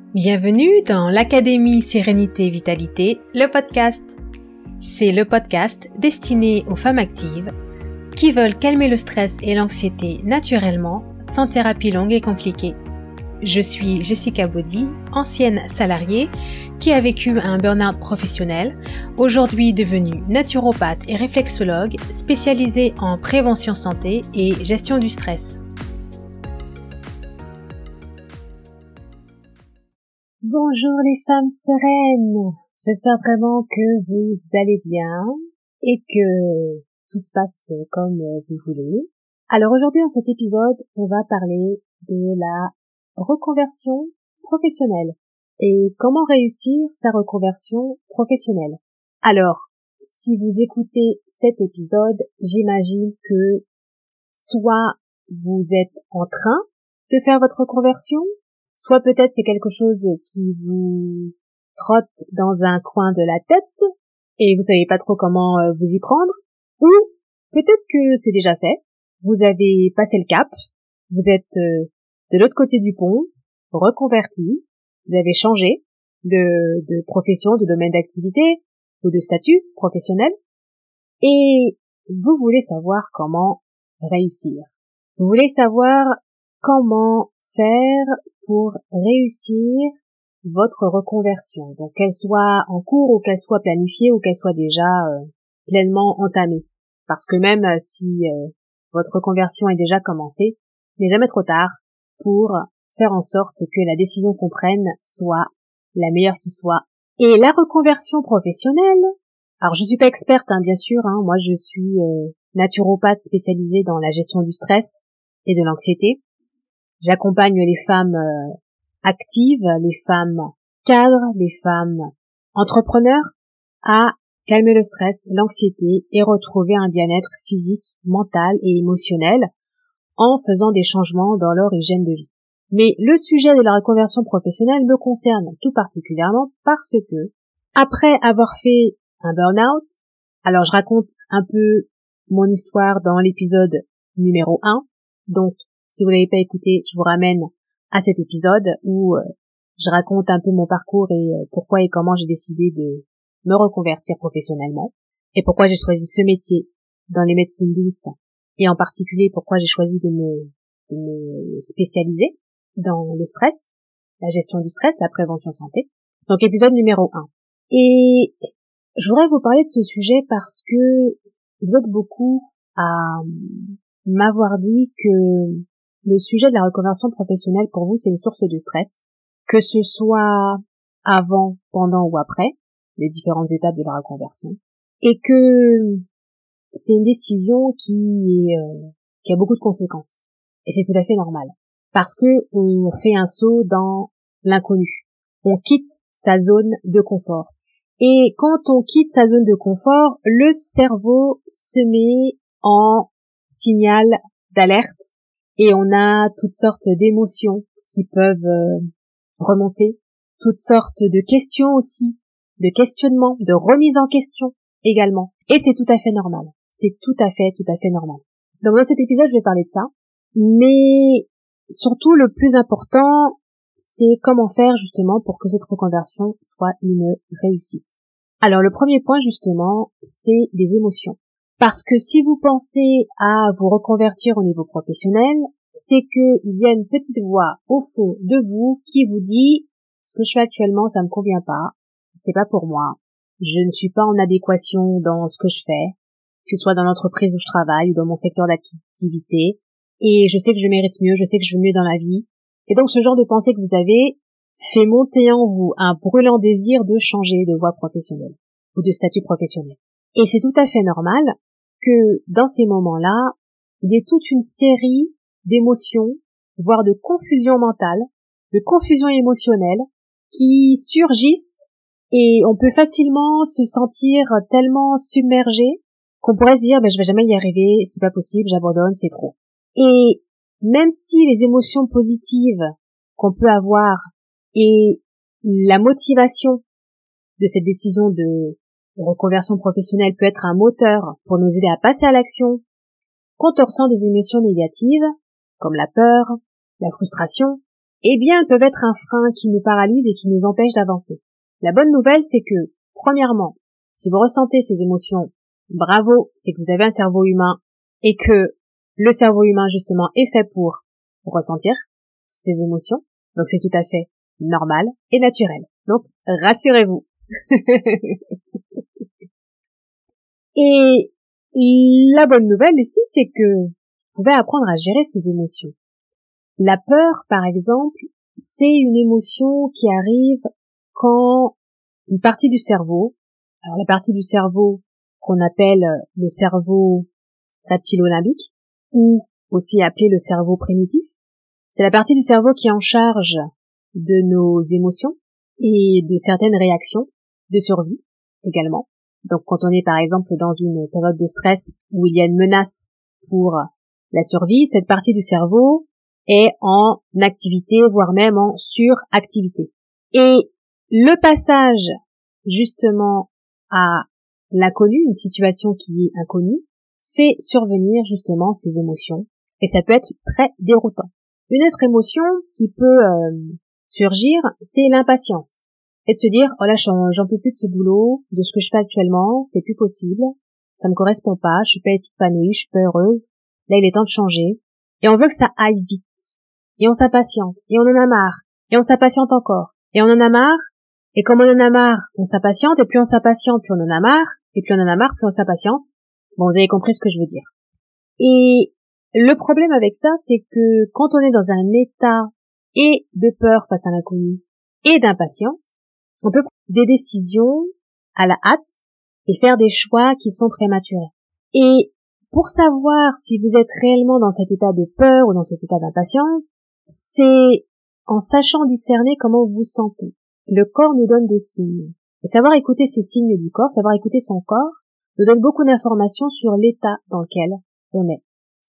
Bienvenue dans l'Académie Sérénité Vitalité, le podcast. C'est le podcast destiné aux femmes actives qui veulent calmer le stress et l'anxiété naturellement, sans thérapie longue et compliquée. Je suis Jessica Baudy, ancienne salariée qui a vécu un burn-out professionnel, aujourd'hui devenue naturopathe et réflexologue spécialisée en prévention santé et gestion du stress. Bonjour les femmes sereines, j'espère vraiment que vous allez bien et que tout se passe comme vous voulez. Alors aujourd'hui dans cet épisode, on va parler de la reconversion professionnelle et comment réussir sa reconversion professionnelle. Alors, si vous écoutez cet épisode, j'imagine que soit vous êtes en train de faire votre reconversion, soit peut-être c'est quelque chose qui vous trotte dans un coin de la tête et vous savez pas trop comment vous y prendre, ou peut-être que c'est déjà fait, vous avez passé le cap, vous êtes de l'autre côté du pont, reconverti, vous avez changé de profession, de domaine d'activité ou de statut professionnel et vous voulez savoir comment réussir. Vous voulez savoir comment faire pour réussir votre reconversion, donc qu'elle soit en cours ou qu'elle soit planifiée ou qu'elle soit déjà pleinement entamée. Parce que même si votre reconversion est déjà commencée, il n'est jamais trop tard pour faire en sorte que la décision qu'on prenne soit la meilleure qui soit. Et la reconversion professionnelle, alors je suis pas experte bien sûr, moi je suis naturopathe spécialisée dans la gestion du stress et de l'anxiété. J'accompagne les femmes actives, les femmes cadres, les femmes entrepreneurs à calmer le stress, l'anxiété et retrouver un bien-être physique, mental et émotionnel en faisant des changements dans leur hygiène de vie. Mais le sujet de la reconversion professionnelle me concerne tout particulièrement parce que, après avoir fait un burn-out, alors je raconte un peu mon histoire dans l'épisode numéro 1, donc si vous l'avez pas écouté, je vous ramène à cet épisode où je raconte un peu mon parcours et pourquoi et comment j'ai décidé de me reconvertir professionnellement et pourquoi j'ai choisi ce métier dans les médecines douces et en particulier pourquoi j'ai choisi de me spécialiser dans le stress, la gestion du stress, la prévention santé. Donc épisode numéro 1. Et je voudrais vous parler de ce sujet parce que vous êtes beaucoup à m'avoir dit que le sujet de la reconversion professionnelle pour vous c'est une source de stress, que ce soit avant, pendant ou après les différentes étapes de la reconversion, et que c'est une décision qui a beaucoup de conséquences. Et c'est tout à fait normal. Parce que on fait un saut dans l'inconnu. On quitte sa zone de confort. Et quand on quitte sa zone de confort, le cerveau se met en signal d'alerte et on a toutes sortes d'émotions qui peuvent remonter, toutes sortes de questions aussi, de questionnements, de remise en question également. Et c'est tout à fait normal. C'est tout à fait normal. Donc dans cet épisode, je vais parler de ça. Mais surtout, le plus important, c'est comment faire justement pour que cette reconversion soit une réussite. Alors le premier point justement, c'est des émotions. Parce que si vous pensez à vous reconvertir au niveau professionnel, c'est que il y a une petite voix au fond de vous qui vous dit ce que je fais actuellement, ça me convient pas, c'est pas pour moi, je ne suis pas en adéquation dans ce que je fais, que ce soit dans l'entreprise où je travaille ou dans mon secteur d'activité, et je sais que je mérite mieux, je sais que je veux mieux dans la vie. Et donc ce genre de pensée que vous avez fait monter en vous un brûlant désir de changer de voie professionnelle ou de statut professionnel. Et c'est tout à fait normal que dans ces moments-là, il y ait toute une série d'émotions, voire de confusion mentale, de confusion émotionnelle qui surgissent et on peut facilement se sentir tellement submergé qu'on pourrait se dire je vais jamais y arriver, c'est pas possible, j'abandonne, c'est trop. Et même si les émotions positives qu'on peut avoir et la motivation de cette décision de reconversion professionnelle peut être un moteur pour nous aider à passer à l'action, quand on ressent des émotions négatives, comme la peur, la frustration, eh bien, elles peuvent être un frein qui nous paralyse et qui nous empêche d'avancer. La bonne nouvelle, c'est que, premièrement, si vous ressentez ces émotions, bravo, c'est que vous avez un cerveau humain et que le cerveau humain, justement, est fait pour ressentir toutes ces émotions. Donc, c'est tout à fait normal et naturel. Donc, rassurez-vous. Et la bonne nouvelle ici, c'est que vous pouvez apprendre à gérer ces émotions. La peur, par exemple, c'est une émotion qui arrive quand une partie du cerveau, alors la partie du cerveau qu'on appelle le cerveau reptilo-limbique, ou aussi appelé le cerveau primitif, c'est la partie du cerveau qui est en charge de nos émotions et de certaines réactions de survie également. Donc quand on est par exemple dans une période de stress où il y a une menace pour la survie, cette partie du cerveau est en activité, voire même en suractivité. Et le passage justement à l'inconnu, une situation qui est inconnue, fait survenir justement ces émotions et ça peut être très déroutant. Une autre émotion qui peut surgir, c'est l'impatience. Et se dire, oh là, j'en peux plus de ce boulot, de ce que je fais actuellement, c'est plus possible, ça me correspond pas, je suis pas épanouie, je suis pas heureuse, là il est temps de changer. Et on veut que ça aille vite. Et on s'impatiente, et on en a marre, et on s'impatiente encore, et on en a marre, et comme on en a marre, on s'impatiente, et plus on s'impatiente, plus on en a marre, et plus on en a marre, plus on s'impatiente. Bon, vous avez compris ce que je veux dire. Et le problème avec ça, c'est que quand on est dans un état et de peur face à l'inconnu et d'impatience, on peut prendre des décisions à la hâte et faire des choix qui sont prématurés. Et pour savoir si vous êtes réellement dans cet état de peur ou dans cet état d'impatience, c'est en sachant discerner comment vous vous sentez. Le corps nous donne des signes. Et savoir écouter ces signes du corps, savoir écouter son corps, nous donne beaucoup d'informations sur l'état dans lequel on est.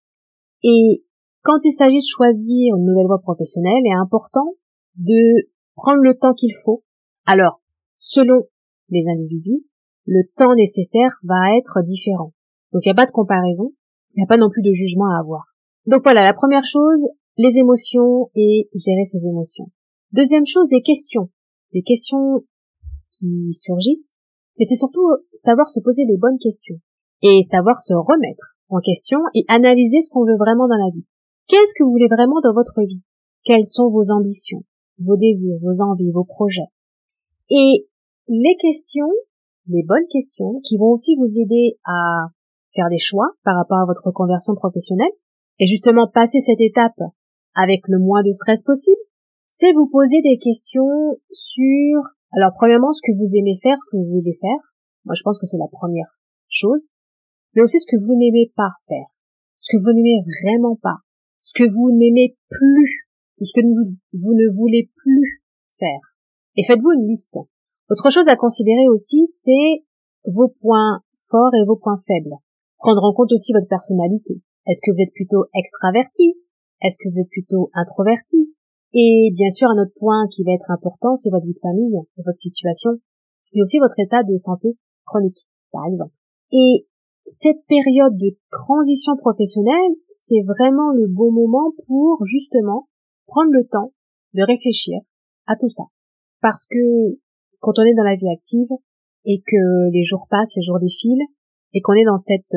Et quand il s'agit de choisir une nouvelle voie professionnelle, il est important de prendre le temps qu'il faut. Alors, selon les individus, le temps nécessaire va être différent. Donc, il n'y a pas de comparaison, il n'y a pas non plus de jugement à avoir. Donc voilà, la première chose, les émotions et gérer ses émotions. Deuxième chose, des questions qui surgissent, mais c'est surtout savoir se poser les bonnes questions et savoir se remettre en question et analyser ce qu'on veut vraiment dans la vie. Qu'est-ce que vous voulez vraiment dans votre vie? Quelles sont vos ambitions, vos désirs, vos envies, vos projets? Et les questions, les bonnes questions, qui vont aussi vous aider à faire des choix par rapport à votre conversion professionnelle et justement passer cette étape avec le moins de stress possible, c'est vous poser des questions sur, alors premièrement, ce que vous aimez faire, ce que vous voulez faire. Moi, je pense que c'est la première chose. Mais aussi ce que vous n'aimez pas faire, ce que vous n'aimez vraiment pas, ce que vous n'aimez plus, ou ce que vous ne voulez plus faire. Et faites-vous une liste. Autre chose à considérer aussi, c'est vos points forts et vos points faibles. Prendre en compte aussi votre personnalité. Est-ce que vous êtes plutôt extraverti? Est-ce que vous êtes plutôt introverti? Et bien sûr, un autre point qui va être important, c'est votre vie de famille, votre situation, et aussi votre état de santé chronique, par exemple. Et cette période de transition professionnelle, c'est vraiment le bon moment pour justement prendre le temps de réfléchir à tout ça. Parce que quand on est dans la vie active et que les jours passent, les jours défilent, et qu'on est dans cette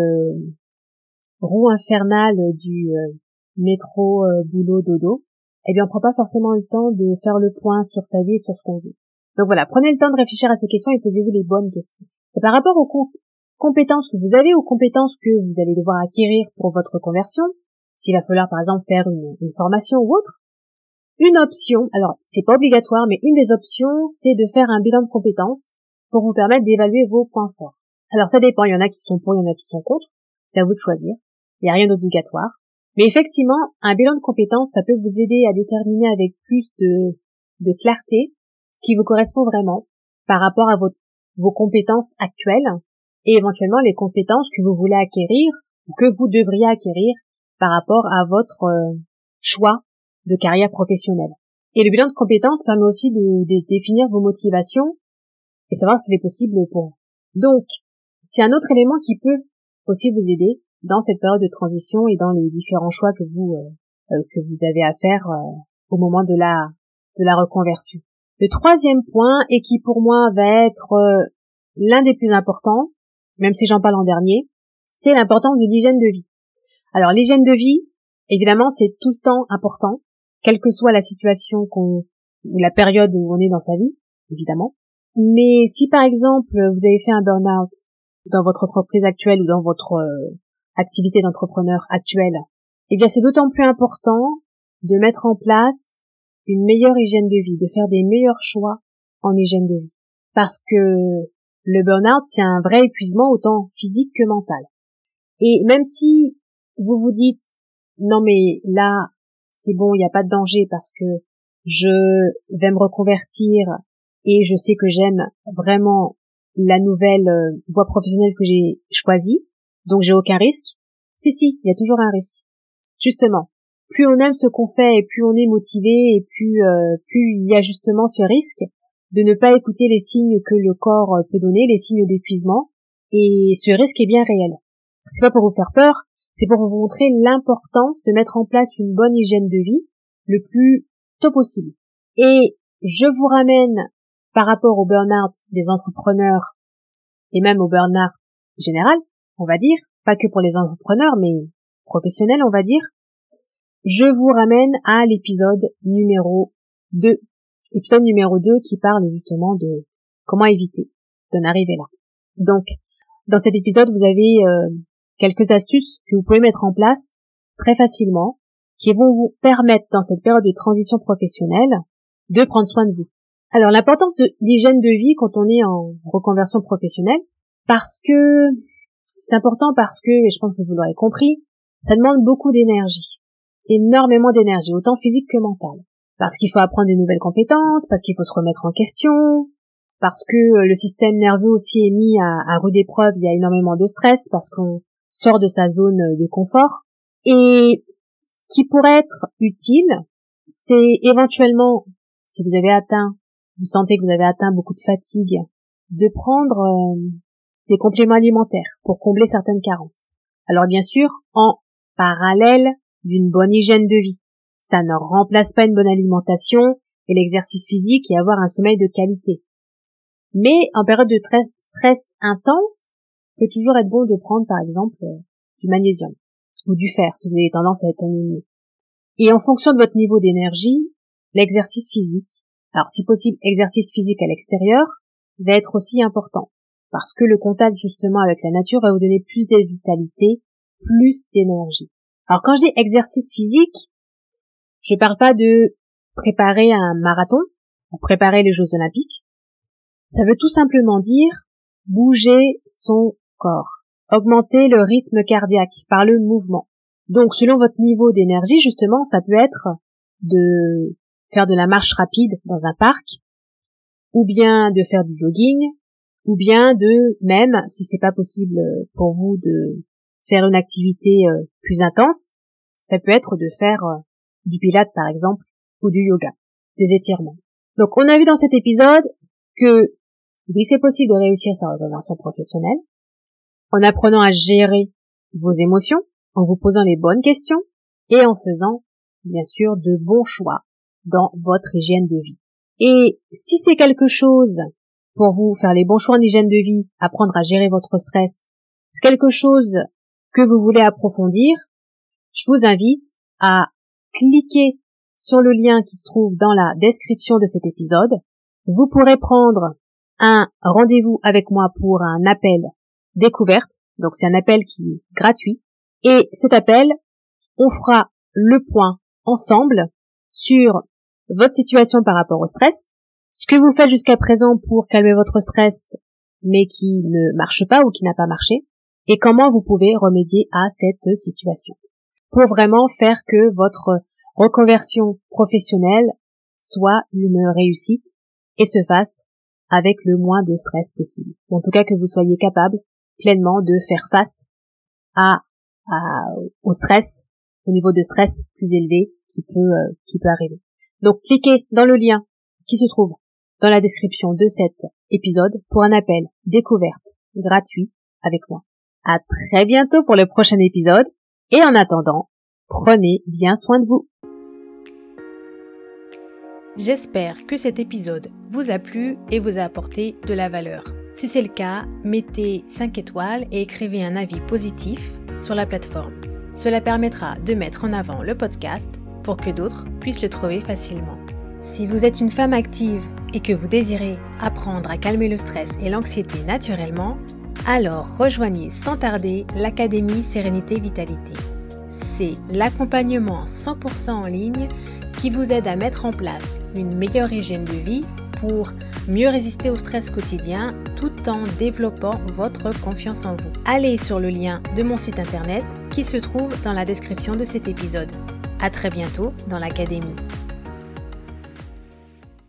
roue infernale du métro, boulot, dodo, eh bien on prend pas forcément le temps de faire le point sur sa vie et sur ce qu'on veut. Donc voilà, prenez le temps de réfléchir à ces questions et posez-vous les bonnes questions. Et par rapport aux compétences que vous avez, aux compétences que vous allez devoir acquérir pour votre conversion, s'il va falloir par exemple faire une formation ou autre, une option, alors c'est pas obligatoire, mais une des options, c'est de faire un bilan de compétences pour vous permettre d'évaluer vos points forts. Alors ça dépend, il y en a qui sont pour, il y en a qui sont contre, c'est à vous de choisir, il n'y a rien d'obligatoire. Mais effectivement, un bilan de compétences, ça peut vous aider à déterminer avec plus de clarté ce qui vous correspond vraiment par rapport à vos compétences actuelles et éventuellement les compétences que vous voulez acquérir ou que vous devriez acquérir par rapport à votre choix de carrière professionnelle. Et le bilan de compétences permet aussi de définir vos motivations et savoir ce qu'il est possible pour vous. Donc, c'est un autre élément qui peut aussi vous aider dans cette période de transition et dans les différents choix que vous avez à faire au moment de la reconversion. Le troisième point, et qui pour moi va être l'un des plus importants, même si j'en parle en dernier, c'est l'importance de l'hygiène de vie. Alors l'hygiène de vie, évidemment, c'est tout le temps important, quelle que soit la situation ou la période où on est dans sa vie, évidemment. Mais si par exemple vous avez fait un burn-out dans votre entreprise actuelle ou dans votre activité d'entrepreneur actuelle, eh bien c'est d'autant plus important de mettre en place une meilleure hygiène de vie, de faire des meilleurs choix en hygiène de vie. Parce que le burn-out, c'est un vrai épuisement autant physique que mental. Et même si vous vous dites, non mais là, c'est bon, il n'y a pas de danger parce que je vais me reconvertir et je sais que j'aime vraiment la nouvelle voie professionnelle que j'ai choisie, donc j'ai aucun risque. Si, il y a toujours un risque. Justement, plus on aime ce qu'on fait et plus on est motivé et plus il y a justement ce risque de ne pas écouter les signes que le corps peut donner, les signes d'épuisement, et ce risque est bien réel. C'est pas pour vous faire peur, c'est pour vous montrer l'importance de mettre en place une bonne hygiène de vie le plus tôt possible. Et je vous ramène par rapport au burn-out des entrepreneurs et même au burn-out général, on va dire, pas que pour les entrepreneurs, mais professionnels, on va dire. Je vous ramène à l'épisode numéro 2. Épisode numéro 2 qui parle justement de comment éviter d'en arriver là. Donc, dans cet épisode, vous avez quelques astuces que vous pouvez mettre en place très facilement, qui vont vous permettre dans cette période de transition professionnelle de prendre soin de vous. Alors l'importance de l'hygiène de vie quand on est en reconversion professionnelle, parce que c'est important parce que, et je pense que vous l'aurez compris, ça demande beaucoup d'énergie, énormément d'énergie, autant physique que mentale, parce qu'il faut apprendre de nouvelles compétences, parce qu'il faut se remettre en question, parce que le système nerveux aussi est mis à rude épreuve, il y a énormément de stress, parce qu'on sort de sa zone de confort. Et ce qui pourrait être utile, c'est éventuellement, si vous sentez que vous avez atteint beaucoup de fatigue, de prendre des compléments alimentaires pour combler certaines carences. Alors bien sûr, en parallèle d'une bonne hygiène de vie. Ça ne remplace pas une bonne alimentation et l'exercice physique et avoir un sommeil de qualité. Mais en période de stress intense, il peut toujours être bon de prendre par exemple du magnésium ou du fer si vous avez tendance à être anémique. Et en fonction de votre niveau d'énergie, l'exercice physique, alors si possible exercice physique à l'extérieur, va être aussi important parce que le contact justement avec la nature va vous donner plus de vitalité, plus d'énergie. Alors quand je dis exercice physique, je parle pas de préparer un marathon ou préparer les Jeux Olympiques. Ça veut tout simplement dire bouger son corps, augmenter le rythme cardiaque par le mouvement. Donc selon votre niveau d'énergie, justement, ça peut être de faire de la marche rapide dans un parc, ou bien de faire du jogging, ou bien de, même si c'est pas possible pour vous de faire une activité plus intense, ça peut être de faire du pilates par exemple, ou du yoga, des étirements. Donc on a vu dans cet épisode que oui, c'est possible de réussir sa reconversion professionnelle en apprenant à gérer vos émotions, en vous posant les bonnes questions et en faisant, bien sûr, de bons choix dans votre hygiène de vie. Et si c'est quelque chose pour vous, faire les bons choix en hygiène de vie, apprendre à gérer votre stress, c'est quelque chose que vous voulez approfondir, je vous invite à cliquer sur le lien qui se trouve dans la description de cet épisode. Vous pourrez prendre un rendez-vous avec moi pour un appel découverte. Donc c'est un appel qui est gratuit. Et cet appel, on fera le point ensemble sur votre situation par rapport au stress, ce que vous faites jusqu'à présent pour calmer votre stress, mais qui ne marche pas ou qui n'a pas marché, et comment vous pouvez remédier à cette situation pour vraiment faire que votre reconversion professionnelle soit une réussite et se fasse avec le moins de stress possible. En tout cas, que vous soyez capable pleinement de faire face au stress, au niveau de stress plus élevé qui peut arriver. Donc, cliquez dans le lien qui se trouve dans la description de cet épisode pour un appel découverte gratuit avec moi. À très bientôt pour le prochain épisode et en attendant, prenez bien soin de vous. J'espère que cet épisode vous a plu et vous a apporté de la valeur. Si c'est le cas, mettez 5 étoiles et écrivez un avis positif sur la plateforme. Cela permettra de mettre en avant le podcast pour que d'autres puissent le trouver facilement. Si vous êtes une femme active et que vous désirez apprendre à calmer le stress et l'anxiété naturellement, alors rejoignez sans tarder l'Académie Sérénité Vitalité. C'est l'accompagnement 100% en ligne qui vous aide à mettre en place une meilleure hygiène de vie pour mieux résister au stress quotidien tout en développant votre confiance en vous. Allez sur le lien de mon site internet qui se trouve dans la description de cet épisode. À très bientôt dans l'Académie.